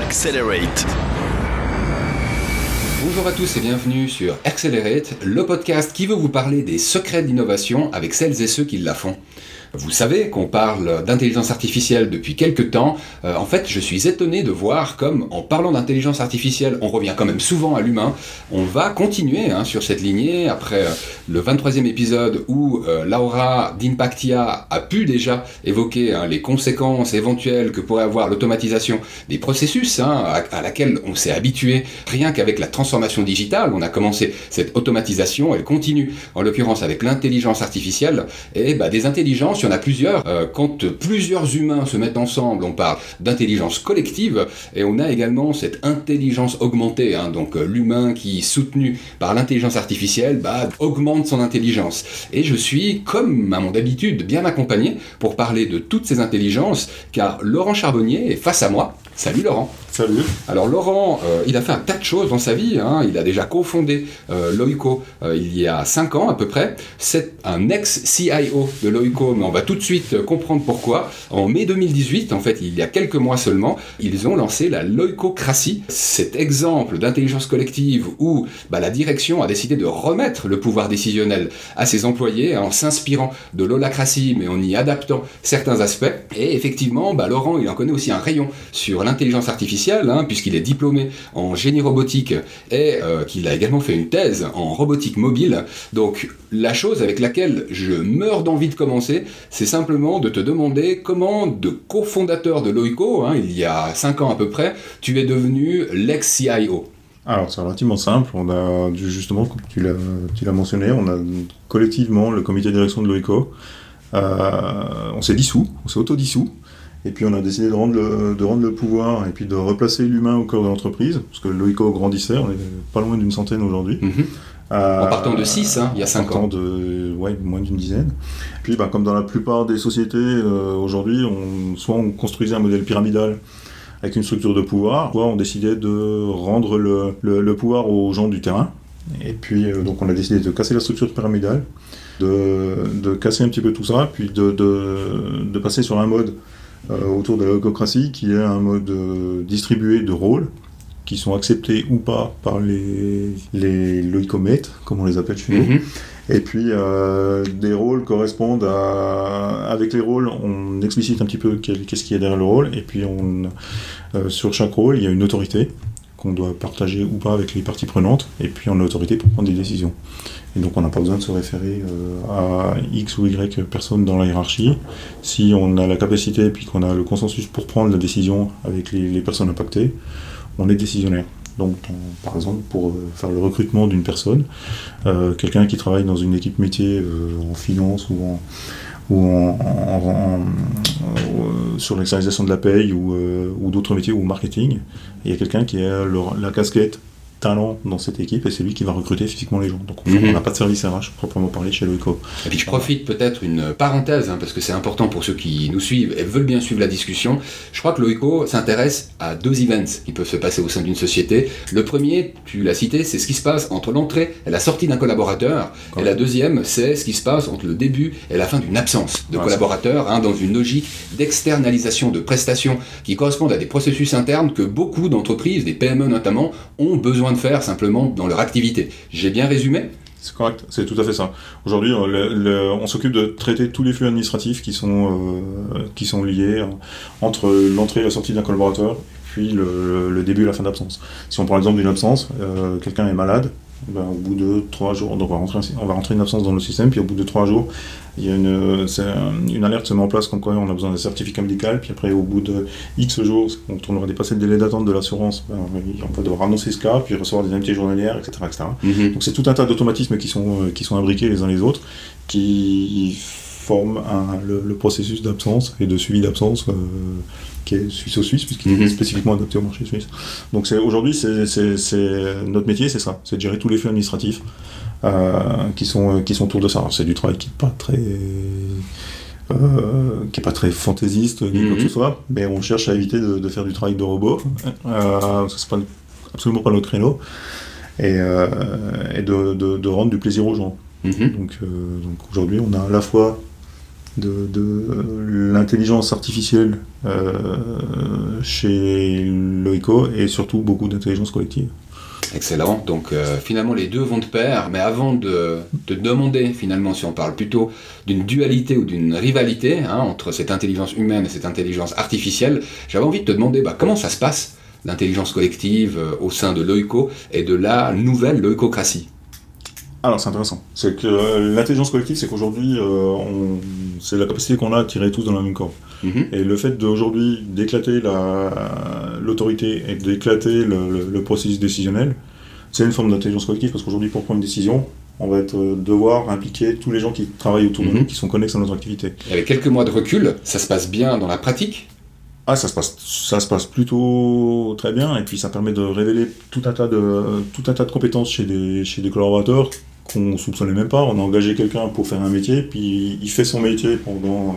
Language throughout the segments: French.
Accelerate. Bonjour à tous et bienvenue sur Accelerate, le podcast qui veut vous parler des secrets de l'innovation avec celles et ceux qui la font. Vous savez qu'on parle d'intelligence artificielle depuis quelques temps. En fait, je suis étonné de voir comme, en parlant d'intelligence artificielle, on revient quand même souvent à l'humain. On va continuer sur cette lignée après le 23e épisode où Laura d'Impactia a pu déjà évoquer les conséquences éventuelles que pourrait avoir l'automatisation des processus à laquelle on s'est habitué rien qu'avec la transformation digitale. On a commencé cette automatisation, elle continue en l'occurrence avec l'intelligence artificielle et des intelligences. Il y en a plusieurs. Quand plusieurs humains se mettent ensemble, on parle d'intelligence collective et on a également cette intelligence augmentée. Donc l'humain qui, soutenu par l'intelligence artificielle, augmente son intelligence. Et je suis, comme à mon habitude, bien accompagné pour parler de toutes ces intelligences, car Laurent Charbonnier est face à moi. Salut Laurent. Salut. Alors Laurent, il a fait un tas de choses dans sa vie. Il a déjà cofondé Loico il y a 5 ans à peu près. C'est un ex-CIO de Loico, mais on va tout de suite comprendre pourquoi. En mai 2018, en fait, il y a quelques mois seulement, ils ont lancé la Loicocratie. Cet exemple d'intelligence collective où la direction a décidé de remettre le pouvoir décisionnel à ses employés en s'inspirant de l'holacratie, mais en y adaptant certains aspects. Et effectivement, Laurent, il en connaît aussi un rayon sur l'intelligence artificielle, puisqu'il est diplômé en génie robotique et qu'il a également fait une thèse en robotique mobile. Donc la chose avec laquelle je meurs d'envie de commencer, c'est simplement de te demander comment, de cofondateur de Loico, il y a 5 ans à peu près, tu es devenu l'ex-CIO. Alors c'est relativement simple, on a justement, comme tu l'as mentionné, on a collectivement le comité de direction de Loico, on s'est autodissous. Et puis on a décidé de rendre le pouvoir et puis de replacer l'humain au cœur de l'entreprise, parce que Loico grandissait, on est pas loin d'une centaine aujourd'hui. En partant de 6, il y a 5 ans. En partant de moins d'une dizaine. Puis comme dans la plupart des sociétés aujourd'hui, soit on construisait un modèle pyramidal avec une structure de pouvoir, soit on décidait de rendre le pouvoir aux gens du terrain. Et puis donc on a décidé de casser la structure pyramidale, de casser un petit peu tout ça, puis de passer sur un mode autour de la Loicocratie, qui est un mode distribué de rôles qui sont acceptés ou pas par les loicomètres, comme on les appelle chez nous. Et puis des rôles correspondent avec les rôles, on explicite un petit peu qu'est-ce qu'il y a derrière le rôle, et puis sur chaque rôle, il y a une autorité qu'on doit partager ou pas avec les parties prenantes, et puis on a l'autorité pour prendre des décisions. Et donc on n'a pas besoin de se référer à X ou Y personnes dans la hiérarchie. Si on a la capacité et puis qu'on a le consensus pour prendre la décision avec les personnes impactées, on est décisionnaire. Donc par exemple pour faire le recrutement d'une personne, quelqu'un qui travaille dans une équipe métier en finance ou sur l'externalisation de la paye ou d'autres métiers ou marketing, il y a quelqu'un qui a la casquette talent dans cette équipe et c'est lui qui va recruter physiquement les gens. Donc on n'a pas de service RH proprement parlé chez Loico. Et puis je profite peut-être une parenthèse parce que c'est important pour ceux qui nous suivent et veulent bien suivre la discussion. Je crois que Loico s'intéresse à 2 events qui peuvent se passer au sein d'une société. Le premier, tu l'as cité, c'est ce qui se passe entre l'entrée et la sortie d'un collaborateur. Et la deuxième, c'est ce qui se passe entre le début et la fin d'une absence de collaborateur, dans une logique d'externalisation de prestations qui correspondent à des processus internes que beaucoup d'entreprises, des PME notamment, ont besoin de faire simplement dans leur activité. J'ai bien résumé ? C'est correct, c'est tout à fait ça. Aujourd'hui, on s'occupe de traiter tous les flux administratifs qui sont liés entre l'entrée et la sortie d'un collaborateur, puis le début et la fin d'absence. Si on prend l'exemple d'une absence, quelqu'un est malade, au bout de 3 jours, donc on va rentrer une absence dans le système, puis au bout de 3 jours, il y a une alerte se met en place comme quoi on a besoin d'un certificat médical, puis après au bout de X jours, quand on aura dépassé le délai d'attente de l'assurance, on va devoir annoncer ce cas, puis recevoir des indemnités journalières, etc. Donc c'est tout un tas d'automatismes qui sont imbriqués les uns les autres, qui forment le processus d'absence et de suivi d'absence qui est suisse-au-suisse, puisqu'il est spécifiquement adapté au marché suisse. Donc aujourd'hui, notre métier, c'est ça, c'est de gérer tous les flux administratifs qui sont autour de ça. Alors, c'est du travail qui est pas très fantaisiste ni quoi que ce soit, mais on cherche à éviter de faire du travail de robot. C'est absolument pas notre créneau, et de rendre du plaisir aux gens. Donc aujourd'hui, on a à la fois de l'intelligence artificielle chez Loico et surtout beaucoup d'intelligence collective. Excellent, donc finalement les deux vont de pair, mais avant de te demander finalement si on parle plutôt d'une dualité ou d'une rivalité entre cette intelligence humaine et cette intelligence artificielle, j'avais envie de te demander comment ça se passe, l'intelligence collective au sein de Loico et de la nouvelle loicocratie. Alors c'est intéressant, c'est que l'intelligence collective, c'est qu'aujourd'hui, c'est la capacité qu'on a à tirer tous dans la même corde. Et le fait d'aujourd'hui d'éclater l'autorité et d'éclater le processus décisionnel, c'est une forme d'intelligence collective, parce qu'aujourd'hui, pour prendre une décision, on va devoir impliquer tous les gens qui travaillent autour de nous, qui sont connexes à notre activité. Et avec quelques mois de recul, ça se passe bien dans la pratique ? Ça se passe plutôt très bien, et puis ça permet de révéler tout un tas de compétences chez des collaborateurs qu'on soupçonnait même pas. On a engagé quelqu'un pour faire un métier, puis il fait son métier pendant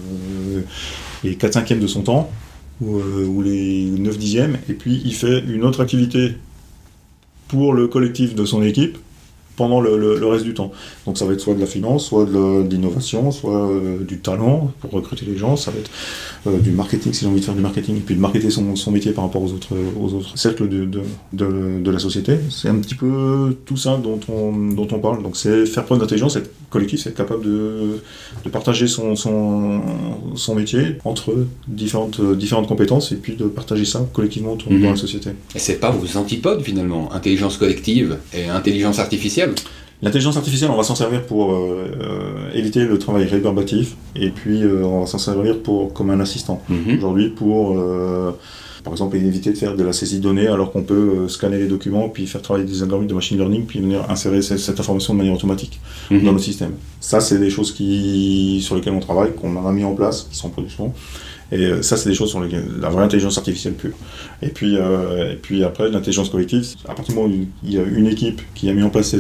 les 4/5e de son temps, ou les 9/10e, et puis il fait une autre activité pour le collectif de son équipe pendant le reste du temps. Donc ça va être soit de la finance, soit de l'innovation, soit du talent pour recruter les gens, ça va être du marketing, si j'ai envie de faire du marketing, et puis de marketer son métier par rapport aux autres cercles de la société. C'est un petit peu tout ça dont on parle. Donc c'est faire preuve d'intelligence, être collectif, c'est être capable de partager son métier entre différentes compétences, et puis de partager ça collectivement dans la société. Et c'est pas vos antipodes finalement, intelligence collective et intelligence artificielle ? L'intelligence artificielle, on va s'en servir pour éviter le travail rébarbatif, et puis on va s'en servir comme un assistant. Aujourd'hui, pour par exemple éviter de faire de la saisie de données, alors qu'on peut scanner les documents, puis faire travailler des algorithmes de machine learning, puis venir insérer cette information de manière automatique dans notre système. Ça, c'est des choses sur lesquelles on travaille, qu'on a mis en place, qui sont en production. Et ça, c'est des choses sur lesquelles la vraie intelligence artificielle pure. Et puis après, l'intelligence collective, à partir du moment où il y a une équipe qui a mis en place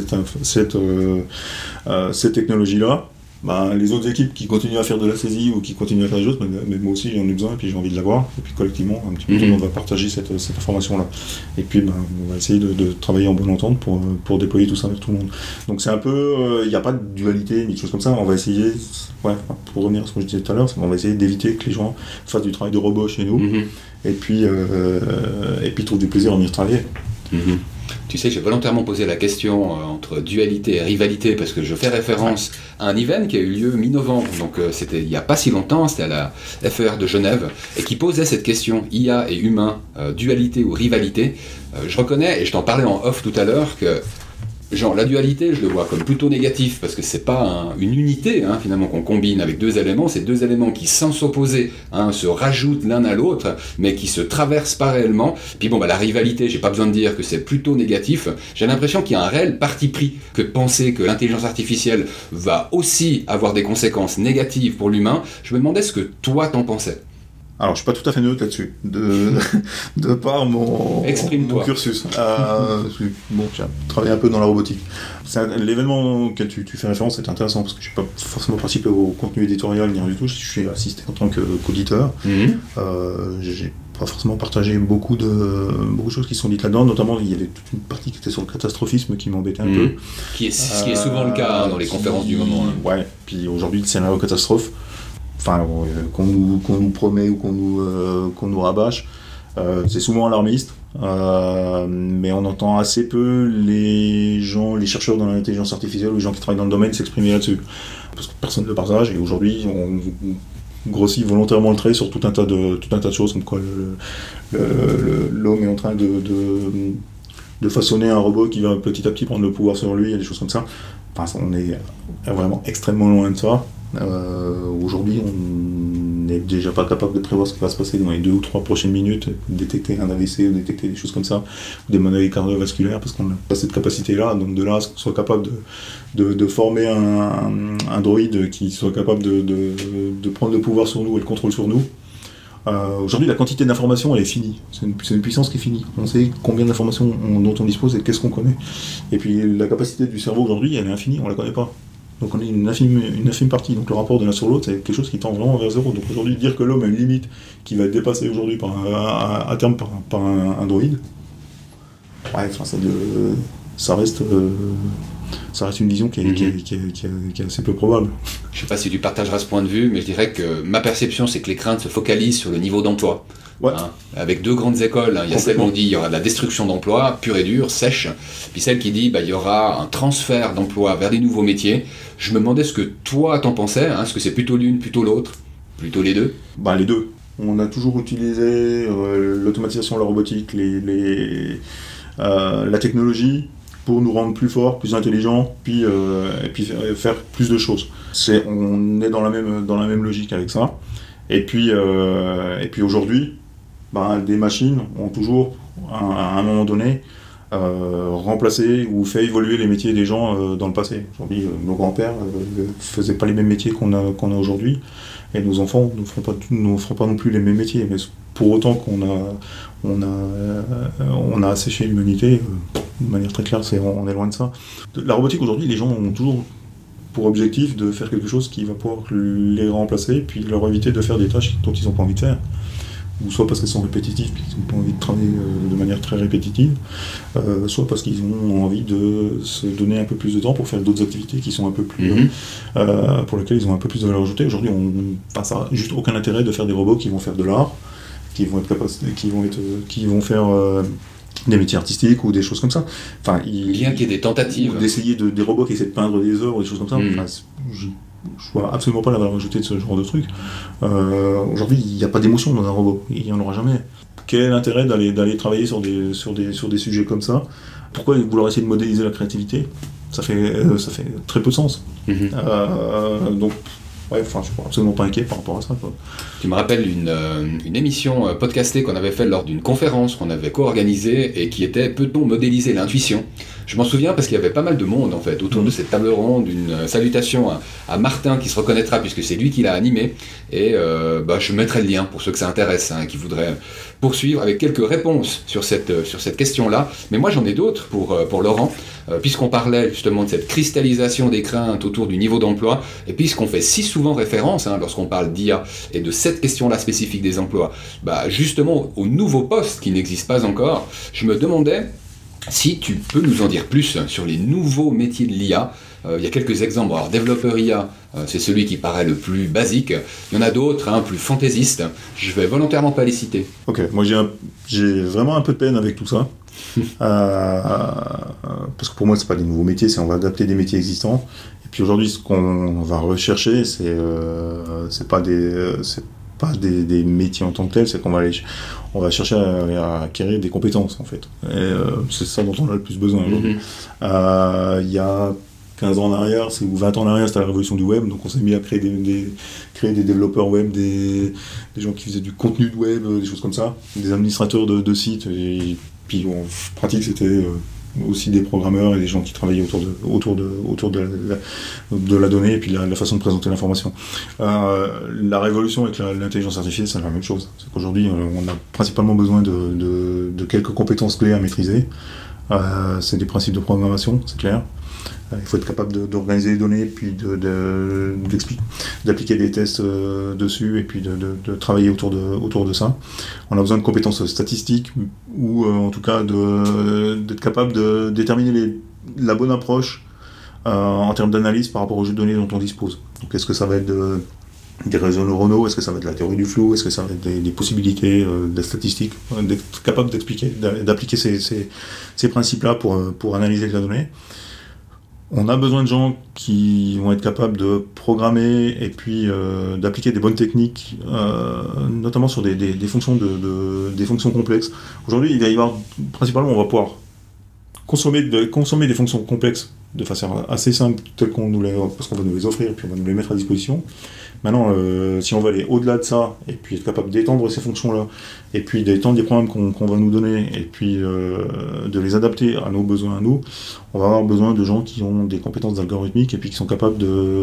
cette technologie-là, les autres équipes qui continuent à faire de la saisie ou qui continuent à faire des choses, mais moi aussi j'en ai besoin, et puis j'ai envie de l'avoir, et puis collectivement, un petit peu tout le monde va partager cette information-là. Et puis on va essayer de travailler en bonne entente pour déployer tout ça avec tout le monde. Donc c'est un peu, il n'y a pas de dualité ni de choses comme ça, on va essayer, pour revenir à ce que je disais tout à l'heure, on va essayer d'éviter que les gens fassent du travail de robot chez nous, et puis trouvent du plaisir à venir travailler. Tu sais, j'ai volontairement posé la question entre dualité et rivalité, parce que je fais référence à un event qui a eu lieu mi-novembre, donc c'était il n'y a pas si longtemps, c'était à la FER de Genève, et qui posait cette question, IA et humain, dualité ou rivalité. Je reconnais, et je t'en parlais en off tout à l'heure, que la dualité, je le vois comme plutôt négatif, parce que c'est pas une unité, finalement, qu'on combine avec deux éléments, c'est deux éléments qui, sans s'opposer, se rajoutent l'un à l'autre, mais qui se traversent pas réellement. Puis la rivalité, j'ai pas besoin de dire que c'est plutôt négatif. J'ai l'impression qu'il y a un réel parti pris que de penser que l'intelligence artificielle va aussi avoir des conséquences négatives pour l'humain. Je me demandais ce que toi t'en pensais. Alors, je suis pas tout à fait neutre là-dessus, de par mon cursus. J'ai travaillé un peu dans la robotique. L'événement auquel tu fais référence est intéressant, parce que je n'ai pas forcément participé au contenu éditorial ni rien du tout. Je suis assisté en tant qu'auditeur. J'ai pas forcément partagé beaucoup de choses qui sont dites là-dedans. Notamment, il y avait toute une partie qui était sur le catastrophisme qui m'embêtait un peu. Ce qui est souvent le cas dans les conférences du moment. Ouais, puis aujourd'hui, le scénario catastrophe, qu'on nous promet ou qu'on nous rabâche, c'est souvent alarmiste, mais on entend assez peu les chercheurs dans l'intelligence artificielle ou les gens qui travaillent dans le domaine s'exprimer là-dessus, parce que personne ne le partage. Et aujourd'hui on grossit volontairement le trait sur tout un tas de choses, comme quoi l'homme est en train de façonner un robot qui va petit à petit prendre le pouvoir sur lui, et des choses comme ça. On est vraiment extrêmement loin de ça. Aujourd'hui, on n'est déjà pas capable de prévoir ce qui va se passer dans les 2 ou 3 prochaines minutes, détecter un AVC ou détecter des choses comme ça, ou des maladies cardiovasculaires, parce qu'on n'a pas cette capacité-là. Donc de là, qu'on soit capable de former un droïde qui soit capable de prendre le pouvoir sur nous et le contrôle sur nous. Aujourd'hui, la quantité d'informations, elle est finie. C'est une puissance qui est finie. On sait combien d'informations dont on dispose et qu'est-ce qu'on connaît. Et puis la capacité du cerveau aujourd'hui, elle est infinie, on la connaît pas. Donc on est une infime partie. Donc le rapport de l'un sur l'autre, c'est quelque chose qui tend vraiment vers zéro. Donc aujourd'hui, dire que l'homme a une limite qui va être dépassée aujourd'hui à terme par un droïde, ça reste ça reste une vision qui est assez peu probable. Je ne sais pas si tu partageras ce point de vue, mais je dirais que ma perception, c'est que les craintes se focalisent sur le niveau d'emploi. Ouais. Avec deux grandes écoles, il y a celle où on dit il y aura de la destruction d'emplois, pure et dure, sèche, puis celle qui dit il y aura un transfert d'emplois vers des nouveaux métiers. Je me demandais ce que toi t'en pensais, est-ce que c'est plutôt l'une, plutôt l'autre, plutôt les deux? Les deux. On a toujours utilisé l'automatisation, la robotique, la technologie pour nous rendre plus forts, plus intelligents, et puis faire plus de choses. On est dans la même logique avec ça. Et puis aujourd'hui, des machines ont toujours, à un moment donné, remplacé ou fait évoluer les métiers des gens dans le passé. Aujourd'hui, nos grands-pères ne faisaient pas les mêmes métiers qu'on a aujourd'hui, et nos enfants ne feront pas non plus les mêmes métiers. Mais pour autant qu'on a asséché l'humanité, de manière très claire, on est loin de ça. La robotique aujourd'hui, les gens ont toujours pour objectif de faire quelque chose qui va pouvoir les remplacer, puis leur éviter de faire des tâches dont ils n'ont pas envie de faire. Ou soit parce qu'elles sont répétitives, puis qu'ils n'ont pas envie de travailler de manière très répétitive, soit parce qu'ils ont envie de se donner un peu plus de temps pour faire d'autres activités qui sont un peu plus pour lesquelles ils ont un peu plus de valeur ajoutée. Aujourd'hui, ça n'a juste aucun intérêt de faire des robots qui vont faire de l'art, qui vont faire des métiers artistiques ou des choses comme ça. Bien qu'il y ait des tentatives. Ou d'essayer des robots qui essaient de peindre des œuvres ou des choses comme ça. Je vois absolument pas la valeur ajoutée de ce genre de truc. Aujourd'hui, il n'y a pas d'émotion dans un robot. Il n'y en aura jamais. Quel est l'intérêt d'aller travailler sur des sujets comme ça? Pourquoi vouloir essayer de modéliser la créativité? Ça fait très peu de sens. Donc, je suis absolument pas inquiet par rapport à ça. Tu me rappelles une émission podcastée qu'on avait faite lors d'une conférence qu'on avait co-organisée et qui était « Peut-on modéliser l'intuition ?» Je m'en souviens parce qu'il y avait pas mal de monde en fait autour de cette table ronde. Une salutation à Martin qui se reconnaîtra puisque c'est lui qui l'a animé. Et je mettrai le lien pour ceux que ça intéresse, qui voudraient poursuivre avec quelques réponses sur cette question-là. Mais moi j'en ai d'autres pour Laurent, puisqu'on parlait justement de cette cristallisation des craintes autour du niveau d'emploi, et puisqu'on fait si souvent référence, lorsqu'on parle d'IA et de cette question-là spécifique des emplois, justement aux nouveaux postes qui n'existent pas encore, je me demandais si tu peux nous en dire plus sur les nouveaux métiers de l'IA. Il y a quelques exemples. Alors, développeur IA, c'est celui qui paraît le plus basique. Il y en a d'autres, plus fantaisistes. Je vais volontairement pas les citer. Ok, moi j'ai vraiment un peu de peine avec tout ça. Parce que pour moi, c'est pas des nouveaux métiers, on va adapter des métiers existants. Et puis aujourd'hui, ce qu'on va rechercher, c'est pas des métiers en tant que tels, c'est qu'on va chercher à acquérir des compétences en fait. Et c'est ça dont on a le plus besoin aujourd'hui. Il y a 15 ans en arrière, ou 20 ans en arrière, c'était la révolution du web, donc on s'est mis à créer des développeurs web, des gens qui faisaient du contenu de web, des choses comme ça, des administrateurs de sites, et puis en pratique c'était aussi des programmeurs et des gens qui travaillaient autour de la donnée et puis la façon de présenter l'information. La révolution avec l'intelligence artificielle, c'est la même chose. C'est qu'aujourd'hui, on a principalement besoin de quelques compétences clés à maîtriser. C'est des principes de programmation, c'est clair. Il faut être capable d'organiser les données, puis d'appliquer des tests dessus, et puis de travailler autour de ça. On a besoin de compétences statistiques, ou en tout cas d'être capable de déterminer la bonne approche en termes d'analyse par rapport aux jeux de données dont on dispose. Donc est-ce que ça va être des réseaux neuronaux, est-ce que ça va être de la théorie du flou, est-ce que ça va être des possibilités de statistiques, d'être capable d'appliquer ces principes-là pour analyser la donnée. On a besoin de gens qui vont être capables de programmer et puis d'appliquer des bonnes techniques, notamment sur des fonctions des fonctions complexes. Aujourd'hui, il va y avoir, principalement, on va pouvoir consommer des fonctions complexes de façon assez simple, telles parce qu'on va nous les offrir et puis on va nous les mettre à disposition. Maintenant, si on va aller au-delà de ça, et puis être capable d'étendre ces fonctions-là, et puis d'étendre des programmes qu'on va nous donner, et puis de les adapter à nos besoins à nous, on va avoir besoin de gens qui ont des compétences d'algorithmique, et puis qui sont capables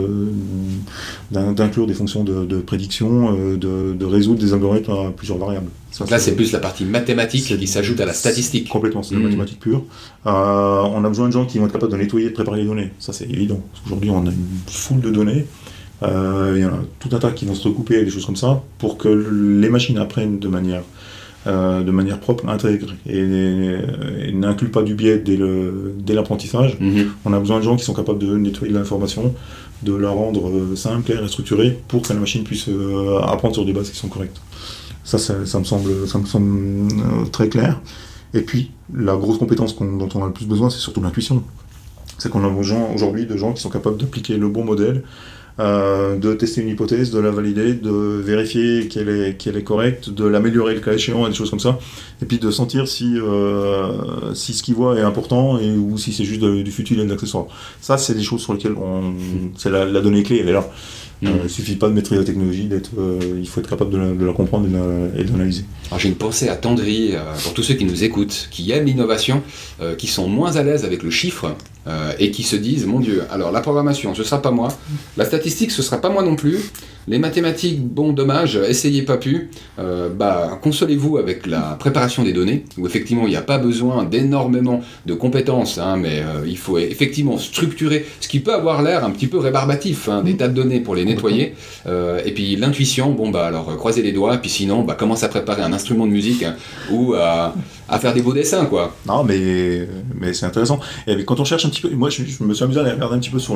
d'inclure des fonctions de prédiction, de résoudre des algorithmes à plusieurs variables. Donc là, c'est plus la partie mathématique qui s'ajoute à la statistique. Complètement, c'est de la mathématique pure. On a besoin de gens qui vont être capables de nettoyer et de préparer les données. Ça, c'est évident. Parce qu'aujourd'hui, on a une foule de données. Il y en a tout un tas qui vont se recouper, des choses comme ça, pour que les machines apprennent de manière de manière propre, intègre, et n'inclut pas du biais dès l'apprentissage. On a besoin de gens qui sont capables de nettoyer l'information, de la rendre simple, claire et structurée pour que la machine puisse apprendre sur des bases qui sont correctes. Ça me semble très clair. Et puis, la grosse compétence dont on a le plus besoin, c'est surtout l'intuition. C'est qu'on a aujourd'hui de gens qui sont capables d'appliquer le bon modèle, de tester une hypothèse, de la valider, de vérifier qu'elle est correcte, de l'améliorer le cas échéant et des choses comme ça, et puis de sentir si ce qu'ils voient est important ou si c'est juste du futile et de l'accessoire. Ça, c'est des choses sur lesquelles c'est la donnée clé, elle est là. Il suffit pas de maîtriser la technologie, il faut être capable de la comprendre et de l'analyser. Alors j'ai une pensée attendrie pour tous ceux qui nous écoutent, qui aiment l'innovation, qui sont moins à l'aise avec le chiffre et qui se disent, mon Dieu, alors la programmation, ce sera pas moi, la statistique, ce sera pas moi non plus, les mathématiques, bon, dommage, essayez pas pu, consolez-vous avec la préparation des données, où effectivement il n'y a pas besoin d'énormément de compétences, mais il faut effectivement structurer ce qui peut avoir l'air un petit peu rébarbatif, des tas de données pour les nettoyer, et puis l'intuition, alors croisez les doigts, et puis sinon commence à préparer un instrument de musique ou à faire des beaux dessins, quoi. Non, mais c'est intéressant. Et quand on cherche un petit peu, moi je me suis amusé à aller regarder un petit peu sur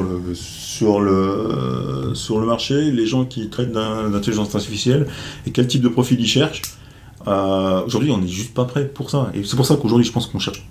le marché, les gens qui traitent d'intelligence artificielle et quel type de profil ils cherchent. Aujourd'hui, on n'est juste pas prêt pour ça. Et c'est pour ça qu'aujourd'hui, je pense qu'on cherche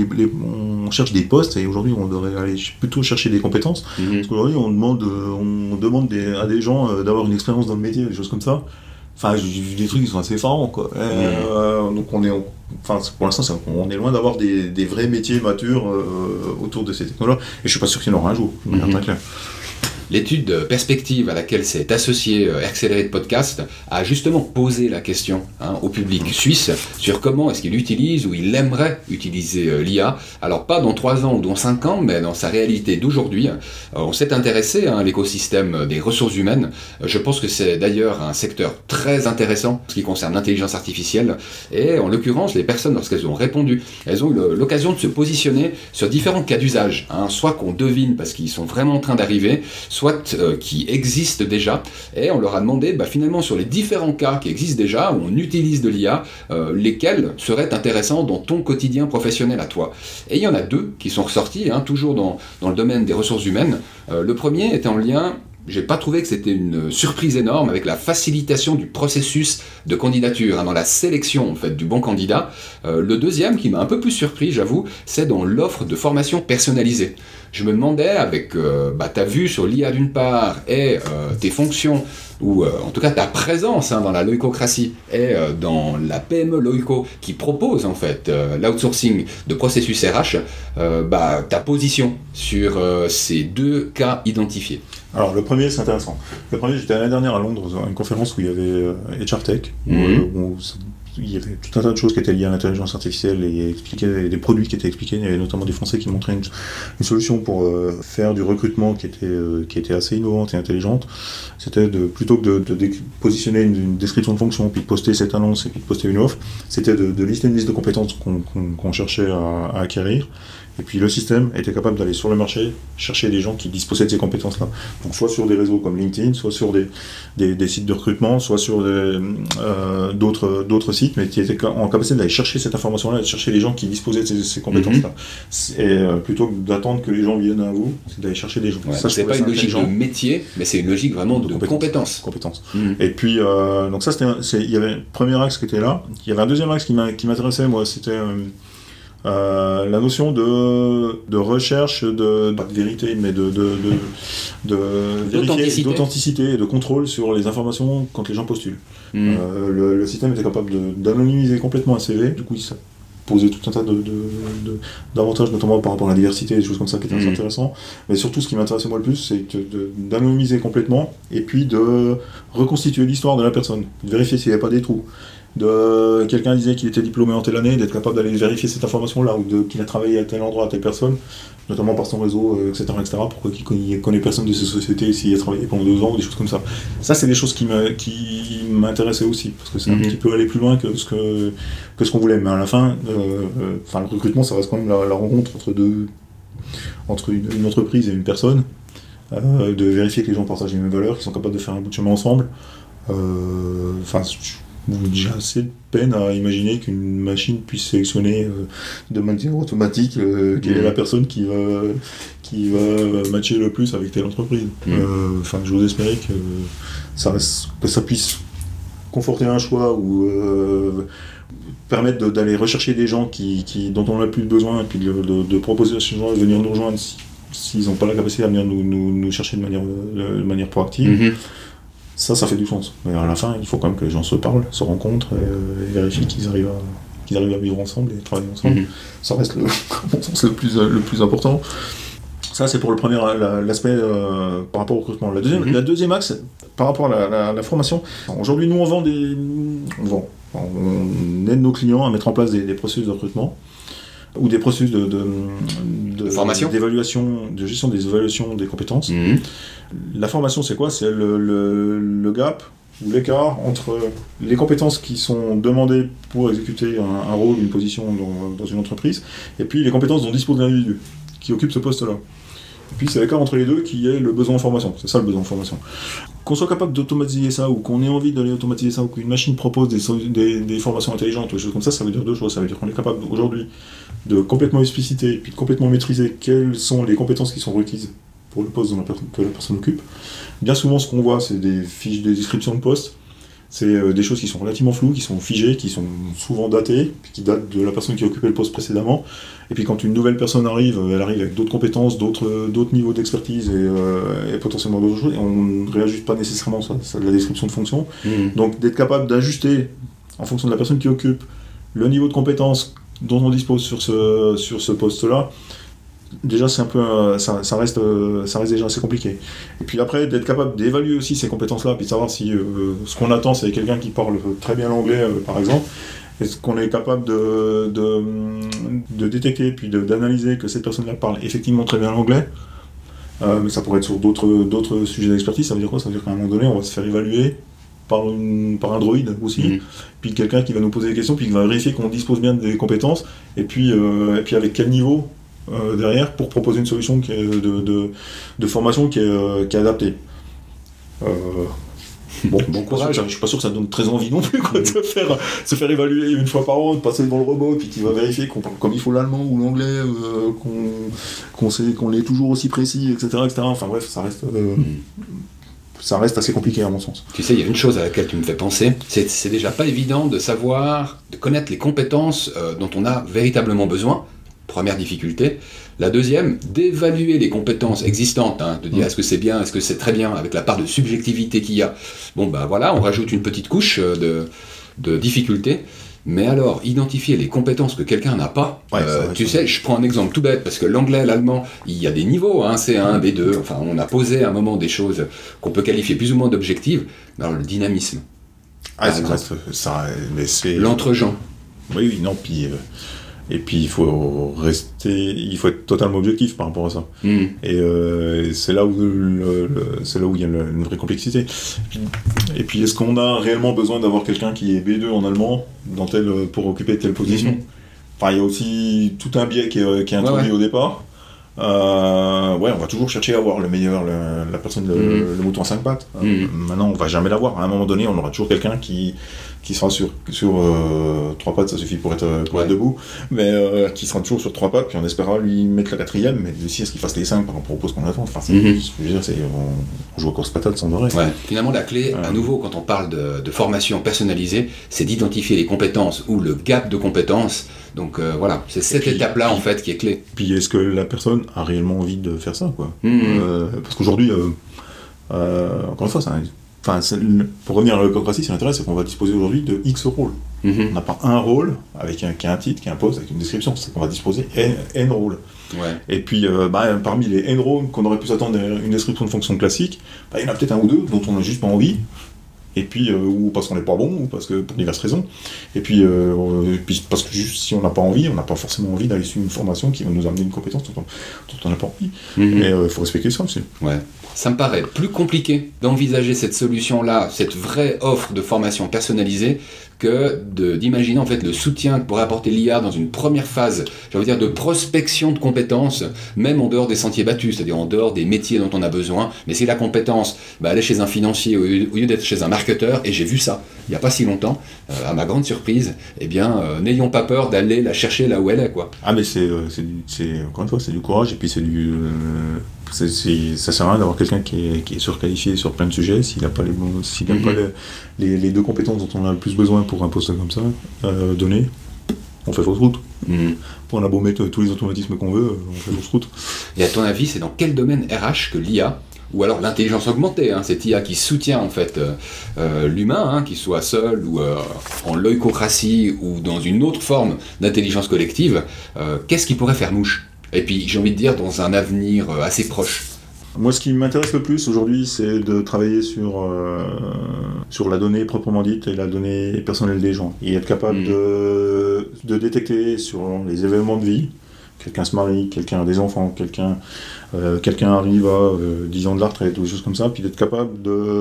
on cherche des postes, et aujourd'hui on devrait aller plutôt chercher des compétences, parce qu'aujourd'hui on demande à des gens d'avoir une expérience dans le métier, des choses comme ça. Enfin, j'ai vu des trucs qui sont assez effarants, quoi. Donc pour l'instant, on est loin d'avoir des vrais métiers matures autour de ces technologies, et je suis pas sûr qu'il y en aura un jour, de manière très claire. L'étude perspective à laquelle s'est associé Accelerate Podcast a justement posé la question au public suisse sur comment est-ce qu'il utilise ou il aimerait utiliser l'IA. Alors pas dans 3 ans ou dans 5 ans, mais dans sa réalité d'aujourd'hui. On s'est intéressé à l'écosystème des ressources humaines. Je pense que c'est d'ailleurs un secteur très intéressant en ce qui concerne l'intelligence artificielle. Et en l'occurrence, les personnes, lorsqu'elles ont répondu, elles ont eu l'occasion de se positionner sur différents cas d'usage. Soit qu'on devine parce qu'ils sont vraiment en train d'arriver, soit qui existent déjà, et on leur a demandé finalement sur les différents cas qui existent déjà, où on utilise de l'IA, lesquels seraient intéressants dans ton quotidien professionnel à toi. Et il y en a 2 qui sont ressortis, toujours dans le domaine des ressources humaines. Le premier était en lien, j'ai pas trouvé que c'était une surprise énorme, avec la facilitation du processus de candidature, dans la sélection en fait du bon candidat. Le deuxième qui m'a un peu plus surpris, j'avoue, c'est dans l'offre de formation personnalisée. Je me demandais, avec ta vue sur l'IA d'une part et tes fonctions, ou en tout cas ta présence dans la loïcocratie et dans la PME Loïco qui propose en fait l'outsourcing de processus RH, ta position sur ces 2 cas identifiés. Alors le premier, c'est intéressant. Le premier, j'étais l'année dernière à Londres à une conférence où il y avait HR Tech, où il y avait tout un tas de choses qui étaient liées à l'intelligence artificielle et des produits qui étaient expliqués. Il y avait notamment des Français qui montraient une solution pour faire du recrutement qui était assez innovante et intelligente. C'était plutôt que de positionner une description de fonction, puis de poster cette annonce et puis de poster une offre, c'était de lister une liste de compétences qu'on cherchait à acquérir. Et puis le système était capable d'aller sur le marché, chercher des gens qui disposaient de ces compétences-là. Donc soit sur des réseaux comme LinkedIn, soit sur des sites de recrutement, soit sur d'autres sites, mais qui étaient en capacité d'aller chercher cette information-là, de chercher les gens qui disposaient de ces compétences-là. Et plutôt que d'attendre que les gens viennent à vous, c'est d'aller chercher des gens. Ouais, ça, c'est pas une logique de métier, mais c'est une logique vraiment de compétences. Et puis, donc ça, il y avait un premier axe qui était là. Il y avait un deuxième axe qui m'intéressait, moi, c'était... la notion de recherche pas de vérité, mais de vérifier, d'authenticité et de contrôle sur les informations quand les gens postulent. Le système était capable d'anonymiser complètement un CV, du coup ça posait tout un tas d'avantages, notamment par rapport à la diversité, des choses comme ça qui étaient assez intéressantes. Mais surtout, ce qui m'intéressait moi le plus, c'est d'anonymiser complètement et puis de reconstituer l'histoire de la personne, de vérifier s'il n'y a pas des trous. Quelqu'un disait qu'il était diplômé en telle année, d'être capable d'aller vérifier cette information-là, ou qu'il a travaillé à tel endroit, à telle personne, notamment par son réseau, etc. Pourquoi il connaît personne de ces sociétés, s'il a travaillé pendant 2 ans, ou des choses comme ça. Ça, c'est des choses qui m'intéressaient aussi, parce que c'est un petit peu aller plus loin que ce qu'on voulait. Mais à la fin, le recrutement, ça reste quand même la rencontre entre une entreprise et une personne, de vérifier que les gens partagent les mêmes valeurs, qu'ils sont capables de faire un bout de chemin ensemble. j'ai assez de peine à imaginer qu'une machine puisse sélectionner de manière automatique quelle est la personne qui va matcher le plus avec telle entreprise. Enfin, j'ose espérer que ça puisse conforter un choix ou permettre d'aller rechercher des gens dont on n'a plus besoin et puis de proposer à ces gens de venir nous rejoindre s'ils n'ont pas la capacité à venir nous chercher de manière proactive. Ça fait du sens. Mais à la fin, il faut quand même que les gens se parlent, se rencontrent et vérifient qu'ils arrivent à vivre ensemble et travailler ensemble. Ça reste à mon sens le plus important. Ça, c'est pour le premier l'aspect par rapport au recrutement. La deuxième axe, par rapport à la formation. Aujourd'hui, nous, on aide nos clients à mettre en place des processus de recrutement ou des processus de formation, d'évaluation, de gestion des évaluations des compétences. La formation, c'est quoi ? C'est le gap ou l'écart entre les compétences qui sont demandées pour exécuter un rôle, une position dans une entreprise, et puis les compétences dont dispose l'individu qui occupe ce poste-là. Et puis c'est l'écart entre les deux qui est le besoin en formation. C'est ça le besoin en formation. Qu'on soit capable d'automatiser ça, ou qu'on ait envie d'aller automatiser ça, ou qu'une machine propose des formations intelligentes, ou des choses comme ça, ça veut dire deux choses. Ça veut dire qu'on est capable aujourd'hui de complètement expliciter, puis de complètement maîtriser quelles sont les compétences qui sont requises pour le poste que la personne occupe. Bien souvent, ce qu'on voit, c'est des fiches de description de poste. C'est des choses qui sont relativement floues, qui sont figées, qui sont souvent datées, qui datent de la personne qui occupait le poste précédemment. Et puis quand une nouvelle personne arrive, elle arrive avec d'autres compétences, d'autres niveaux d'expertise et potentiellement d'autres choses, et on ne réajuste pas nécessairement la description de fonction. Donc d'être capable d'ajuster, en fonction de la personne qui occupe, le niveau de compétences dont on dispose sur ce poste-là, déjà c'est un peu ça reste déjà assez compliqué. Et puis après d'être capable d'évaluer aussi ces compétences-là, puis de savoir si ce qu'on attend c'est quelqu'un qui parle très bien l'anglais par exemple, est-ce qu'on est capable de détecter puis d'analyser que cette personne-là parle effectivement très bien l'anglais, mais ça pourrait être sur d'autres sujets d'expertise. Ça veut dire quoi ? Ça veut dire qu'à un moment donné on va se faire évaluer par un droïde aussi, puis quelqu'un qui va nous poser des questions, puis qui va vérifier qu'on dispose bien des compétences, et puis avec quel niveau derrière pour proposer une solution de formation qui est adaptée. Bon courage. Je suis pas sûr que ça donne très envie non plus de se faire évaluer une fois par an, de passer devant le robot, puis qui va vérifier qu'on parle comme il faut l'allemand ou l'anglais, qu'on est toujours aussi précis, etc. Enfin bref, ça reste assez compliqué à mon sens. Tu sais, il y a une chose à laquelle tu me fais penser, c'est déjà pas évident de connaître les compétences dont on a véritablement besoin. Première difficulté. La deuxième, d'évaluer les compétences existantes, de dire est-ce que c'est bien, est-ce que c'est très bien, avec la part de subjectivité qu'il y a. Bon ben voilà, on rajoute une petite couche de difficulté. Mais alors, identifier les compétences que quelqu'un n'a pas, tu sais, je prends un exemple tout bête, parce que l'anglais, l'allemand, il y a des niveaux, C1, B2, enfin on a posé à un moment des choses qu'on peut qualifier plus ou moins d'objectives. Mais alors le dynamisme, c'est l'entre-gens. Oui, non, puis... Et puis il faut être totalement objectif par rapport à ça. Et c'est là où il y a une vraie complexité. Et puis est-ce qu'on a réellement besoin d'avoir quelqu'un qui est B2 en allemand pour occuper telle position ? Enfin, il y a aussi tout un biais qui est introduit au départ. On va toujours chercher à avoir le meilleur, la personne, le mouton à 5 pattes. Maintenant, on va jamais l'avoir. À un moment donné, on aura toujours quelqu'un qui sera sur 3 pattes, ça suffit pour être debout, mais qui sera toujours sur 3 pattes, puis on espérera lui mettre la 4e, mais aussi à ce qu'il fasse les 5 par rapport au poste qu'on attend. Enfin, je veux dire, on joue à course patate sans arrêt. Ouais. Finalement, la clé, à nouveau, quand on parle de formation personnalisée, c'est d'identifier les compétences ou le gap de compétences. Donc voilà, c'est cette étape-là en fait qui est clé. Puis est-ce que la personne a réellement envie de faire ça, quoi ? Parce qu'aujourd'hui, encore une fois, pour revenir à la méritocratie, ce qui m'intéresse, c'est qu'on va disposer aujourd'hui de X rôles. On n'a pas un rôle qui a un titre, qui a un poste, avec une description, c'est qu'on va disposer N rôles. Ouais. Et puis parmi les N rôles qu'on aurait pu s'attendre à une description de fonction classique, il y en a peut-être un ou deux dont on n'a juste pas envie. Et puis, ou parce qu'on n'est pas bon, ou parce que pour diverses raisons. Et puis parce que juste si on n'a pas envie, on n'a pas forcément envie d'aller suivre une formation qui va nous amener une compétence dont on n'a pas envie. Mais il faut respecter ça aussi. Ouais. Ça me paraît plus compliqué d'envisager cette solution-là, cette vraie offre de formation personnalisée, que d'imaginer en fait le soutien que pourrait apporter l'IA dans une première phase, j'ai envie de dire, de prospection de compétences, même en dehors des sentiers battus, c'est-à-dire en dehors des métiers dont on a besoin. Mais c'est la compétence, aller chez un financier au lieu d'être chez un marketeur, et j'ai vu ça il n'y a pas si longtemps, à ma grande surprise, n'ayons pas peur d'aller la chercher là où elle est, quoi. Ah mais c'est encore une fois, c'est du courage, et puis ça sert à rien d'avoir quelqu'un qui est surqualifié sur plein de sujets s'il n'a pas les bons, s'il n'a pas les deux compétences dont on a le plus besoin pour un poste comme ça donné. On fait fausse route. On a beau mettre tous les automatismes qu'on veut, on fait fausse route. Et à ton avis, c'est dans quel domaine RH que l'IA, ou alors l'intelligence augmentée, cette IA qui soutient en fait l'humain, qu'il soit seul ou en leucocratie ou dans une autre forme d'intelligence collective, qu'est-ce qui pourrait faire mouche? Et puis j'ai envie de dire dans un avenir assez proche. Moi, ce qui m'intéresse le plus aujourd'hui, c'est de travailler sur la donnée proprement dite et la donnée personnelle des gens. Et être capable de détecter sur les événements de vie, quelqu'un se marie, quelqu'un a des enfants, quelqu'un arrive à 10 ans de la retraite ou des choses comme ça, puis d'être capable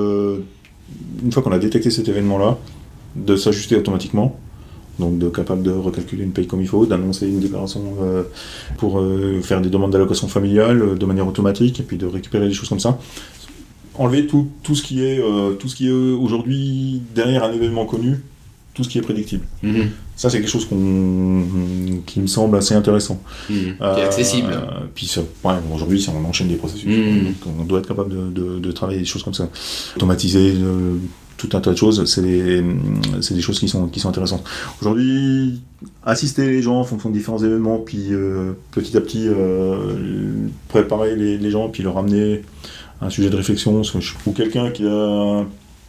une fois qu'on a détecté cet événement-là, de s'ajuster automatiquement. Donc capable de recalculer une paye comme il faut, d'annoncer une déclaration pour faire des demandes d'allocation familiale de manière automatique, et puis de récupérer des choses comme ça. Enlever tout ce qui est aujourd'hui derrière un événement connu, tout ce qui est prédictible. Ça, c'est quelque chose qui me semble assez intéressant. Qui est accessible. Puis aujourd'hui, on enchaîne des processus. On doit être capable de travailler des choses comme ça. Automatiser tout un tas de choses, c'est des choses qui sont intéressantes. Aujourd'hui, assister les gens en fonction de différents événements, puis petit à petit préparer les gens, puis leur amener un sujet de réflexion, ou quelqu'un qui a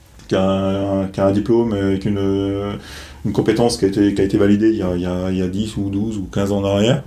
un diplôme avec une compétence qui a été validée il y a 10 ou 12 ou 15 ans en arrière.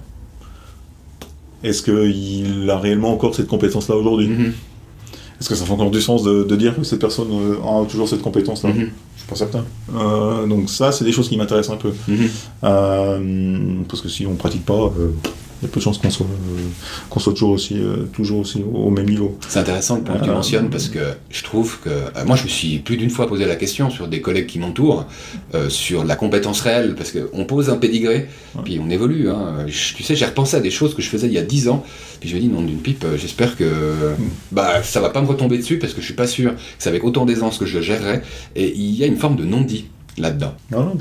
Est-ce qu'il a réellement encore cette compétence-là aujourd'hui ? Est-ce que ça fait encore du sens de dire que cette personne a toujours cette compétence-là ? Je suis pas certain. Donc ça, c'est des choses qui m'intéressent un peu. Parce que si on pratique pas, il y a peu de chances qu'on soit toujours aussi au même niveau. C'est intéressant le point que tu mentionnes, parce que je trouve que... moi, je me suis plus d'une fois posé la question sur des collègues qui m'entourent, sur la compétence réelle, parce qu'on pose un pédigré, puis on évolue. Tu sais, j'ai repensé à des choses que je faisais il y a 10 ans, puis je me dis, non, d'une pipe, j'espère que ça va pas me retomber dessus, parce que je suis pas sûr que c'est avec autant d'aisance que je le gérerais, et il y a une forme de non-dit là-dedans. Non,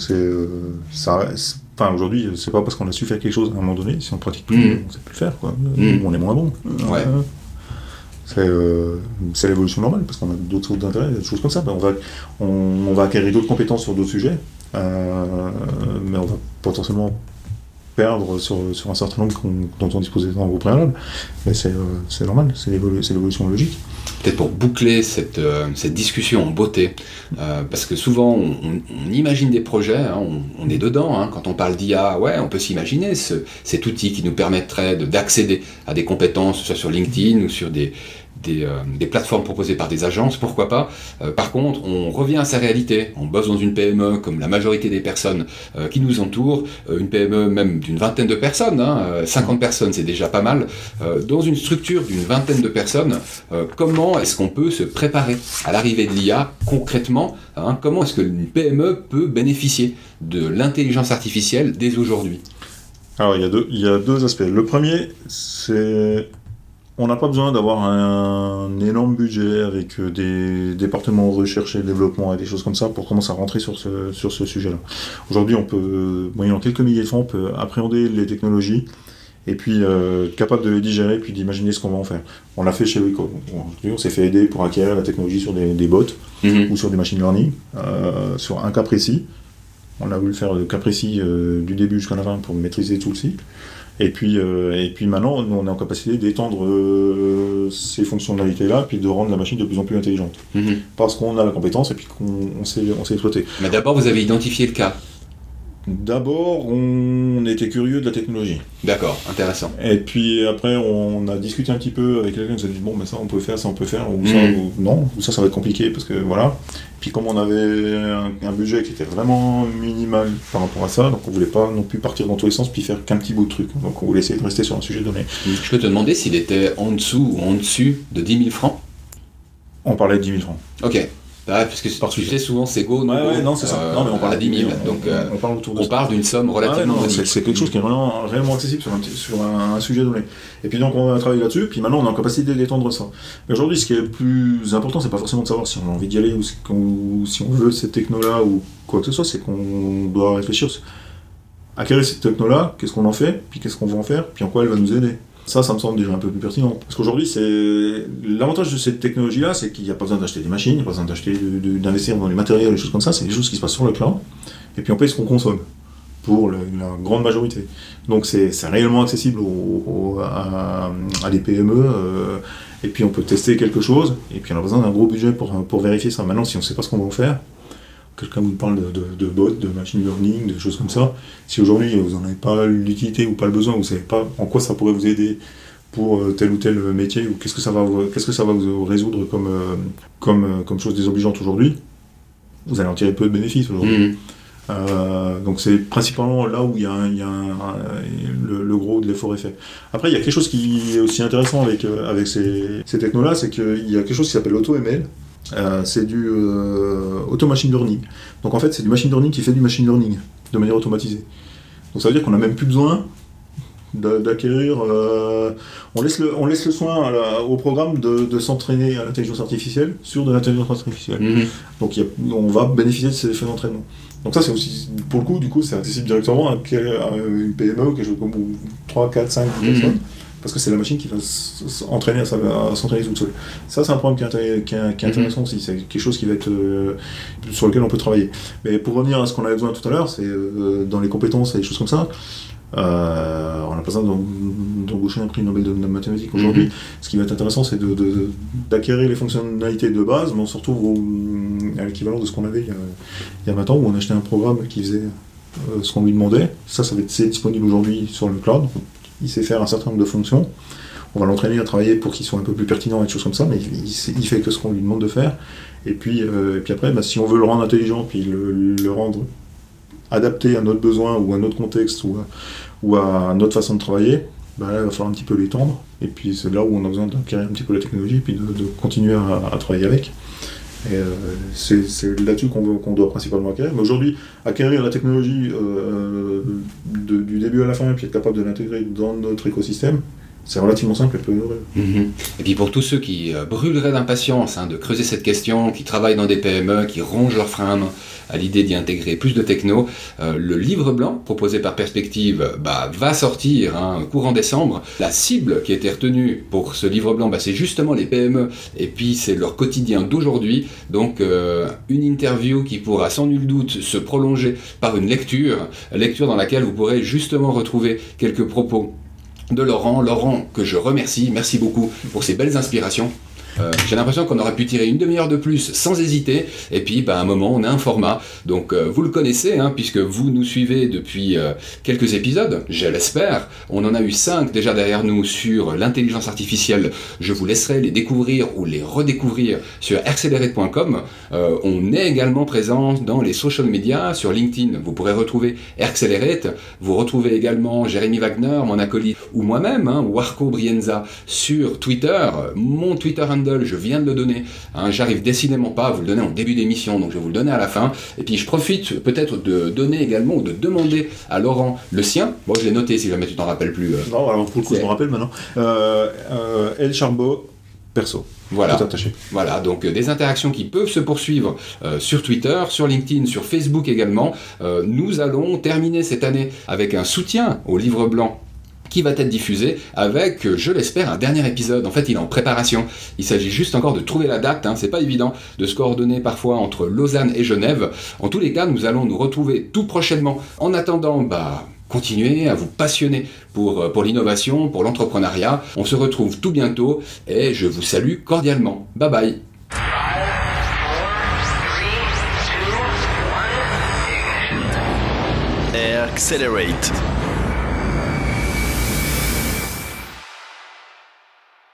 aujourd'hui, c'est pas parce qu'on a su faire quelque chose à un moment donné, si on pratique plus, on sait plus le faire, quoi. On est moins bon. C'est l'évolution normale, parce qu'on a d'autres sources d'intérêt, des choses comme ça. On va acquérir d'autres compétences sur d'autres sujets, mais on va potentiellement perdre sur un certain nombre dont on disposait au préalable. Mais c'est normal, c'est l'évolution logique. Peut-être pour boucler cette discussion en beauté, parce que souvent on imagine des projets, on est dedans, quand on parle d'IA, on peut s'imaginer cet outil qui nous permettrait d'accéder à des compétences, soit sur LinkedIn ou sur des plateformes proposées par des agences, pourquoi pas. Par contre, on revient à sa réalité. On bosse dans une PME comme la majorité des personnes qui nous entourent, une PME même d'une vingtaine de personnes, 50 personnes c'est déjà pas mal. Dans une structure d'une vingtaine de personnes, comment est-ce qu'on peut se préparer à l'arrivée de l'IA concrètement, comment est-ce qu'une PME peut bénéficier de l'intelligence artificielle dès aujourd'hui ? Alors il y a deux aspects. Le premier, c'est... On n'a pas besoin d'avoir un énorme budget avec des départements de recherche et développement et des choses comme ça pour commencer à rentrer sur ce sujet-là. Aujourd'hui, on peut, moyennant quelques milliers de francs, on peut appréhender les technologies et puis capable de les digérer puis d'imaginer ce qu'on va en faire. On l'a fait chez Wecode. On s'est fait aider pour acquérir la technologie sur des bots ou sur du machine learning, sur un cas précis. On a voulu faire le cas précis du début jusqu'à la fin pour maîtriser tout le cycle. Et puis maintenant, nous, on est en capacité d'étendre ces fonctionnalités-là, puis de rendre la machine de plus en plus intelligente. Parce qu'on a la compétence et puis qu'on sait exploiter. Mais d'abord, vous avez identifié le cas. D'abord, on était curieux de la technologie. D'accord, intéressant. Et puis après, on a discuté un petit peu avec quelqu'un qui nous a dit bon, ben ça on peut faire, ou ça, ou non, ou ça va être compliqué parce que voilà. Puis comme on avait un budget qui était vraiment minimal par rapport à ça, donc on voulait pas non plus partir dans tous les sens puis faire qu'un petit bout de truc. Donc on voulait essayer de rester sur un sujet donné. Je peux te demander s'il était en dessous ou en dessus de 10 000 francs ? On parlait de 10 000 francs. Ok. Parce que tu sais, souvent c'est go, non, c'est ça. Non, mais on parle à 10 000. Donc on parle d'une somme relativement modique. C'est quelque chose qui est réellement accessible sur un sujet donné. Et puis donc on a travaillé là-dessus, puis maintenant on est en capacité d'étendre ça. Mais aujourd'hui, ce qui est le plus important, c'est pas forcément de savoir si on a envie d'y aller ou si on veut cette techno-là ou quoi que ce soit, c'est qu'on doit réfléchir à acquérir cette techno-là, qu'est-ce qu'on en fait, puis qu'est-ce qu'on va en faire, puis en quoi elle va nous aider. Ça me semble déjà un peu plus pertinent. Parce qu'aujourd'hui, l'avantage de cette technologie-là, c'est qu'il n'y a pas besoin d'acheter des machines, il n'y a pas besoin d'investir dans les matériels, des choses comme ça, c'est des choses qui se passent sur le cloud, et puis on paye ce qu'on consomme, pour la grande majorité. Donc c'est réellement accessible à des PME, et puis on peut tester quelque chose, et puis on a besoin d'un gros budget pour vérifier ça. Maintenant, si on ne sait pas ce qu'on va en faire, quelqu'un vous parle de bots, de machine learning, de choses comme ça. Si aujourd'hui vous n'en avez pas l'utilité ou pas le besoin, vous ne savez pas en quoi ça pourrait vous aider pour tel ou tel métier, ou qu'est-ce que ça va vous résoudre comme chose désobligeante aujourd'hui, vous allez en tirer peu de bénéfices aujourd'hui. Donc c'est principalement là où il y a le gros de l'effort est fait. Après, il y a quelque chose qui est aussi intéressant avec ces technos-là, c'est qu'il y a quelque chose qui s'appelle AutoML. C'est du auto-machine learning. Donc en fait, c'est du machine learning qui fait du machine learning de manière automatisée. Donc ça veut dire qu'on n'a même plus besoin d'acquérir... on laisse le soin au programme de s'entraîner à l'intelligence artificielle sur de l'intelligence artificielle. Donc on va bénéficier de ces effets d'entraînement. Donc ça, c'est aussi, pour le coup, du coup, c'est accessible directement à une PME ou quelque chose comme 3, 4, 5 personnes. Parce que c'est la machine qui va s'entraîner à s'entraîner toute seule. Ça, c'est un problème qui est intéressant aussi. C'est quelque chose qui va être sur lequel on peut travailler. Mais pour revenir à ce qu'on avait besoin tout à l'heure, c'est dans les compétences et des choses comme ça, on n'a pas besoin d'embaucher un prix Nobel de mathématiques aujourd'hui. Ce qui va être intéressant, c'est d'acquérir les fonctionnalités de base, mais on se retrouve à l'équivalent de ce qu'on avait il y a 20 ans, où on achetait un programme qui faisait ce qu'on lui demandait. C'est disponible aujourd'hui sur le cloud. Il sait faire un certain nombre de fonctions. On va l'entraîner à travailler pour qu'il soit un peu plus pertinent et des choses comme ça, mais il fait que ce qu'on lui demande de faire. Et puis après, si on veut le rendre intelligent, puis le rendre adapté à notre besoin ou à notre contexte ou à notre façon de travailler, il va falloir un petit peu l'étendre. Et puis c'est là où on a besoin d'acquérir un petit peu la technologie et puis de continuer à travailler avec. Et c'est là-dessus qu'on doit principalement acquérir. Mais aujourd'hui, acquérir la technologie du début à la fin et puis être capable de l'intégrer dans notre écosystème, c'est relativement simple et peu heureux. Et puis pour tous ceux qui brûleraient d'impatience de creuser cette question, qui travaillent dans des PME, qui rongent leur frein à main à l'idée d'y intégrer plus de techno, le livre blanc proposé par Perspective va sortir courant décembre. La cible qui a été retenue pour ce livre blanc, c'est justement les PME, et puis c'est leur quotidien d'aujourd'hui. Donc une interview qui pourra sans nul doute se prolonger par une lecture dans laquelle vous pourrez justement retrouver quelques propos de Laurent que je remercie. Merci beaucoup pour ces belles inspirations. J'ai l'impression qu'on aurait pu tirer une demi-heure de plus sans hésiter, et puis à un moment on a un format, donc vous le connaissez puisque vous nous suivez depuis quelques épisodes, je l'espère. On en a eu 5 déjà derrière nous sur l'intelligence artificielle. Je vous laisserai les découvrir ou les redécouvrir sur accelerate.com. On est également présent dans les social media, sur LinkedIn, vous pourrez retrouver Accelerate. Vous retrouvez également Jérémy Wagner, mon acolyte, ou moi-même, Warco Brienza, sur Twitter. Mon Twitter handle, je viens de le donner, j'arrive décidément pas à vous le donner en début d'émission, donc je vais vous le donner à la fin. Et puis je profite peut-être de donner également, ou de demander à Laurent le sien. Moi je l'ai noté si jamais tu t'en rappelles plus. Non, alors pour le coup je me rappelle maintenant. El Charbo perso. Voilà. Tout attaché. Voilà, donc des interactions qui peuvent se poursuivre sur Twitter, sur LinkedIn, sur Facebook également. Nous allons terminer cette année avec un soutien au livre blanc qui va être diffusé avec, je l'espère, un dernier épisode. En fait, il est en préparation. Il s'agit juste encore de trouver la date, c'est pas évident de se coordonner parfois entre Lausanne et Genève. En tous les cas, nous allons nous retrouver tout prochainement. En attendant, continuez à vous passionner pour l'innovation, pour l'entrepreneuriat. On se retrouve tout bientôt et je vous salue cordialement. Bye bye. Accelerate.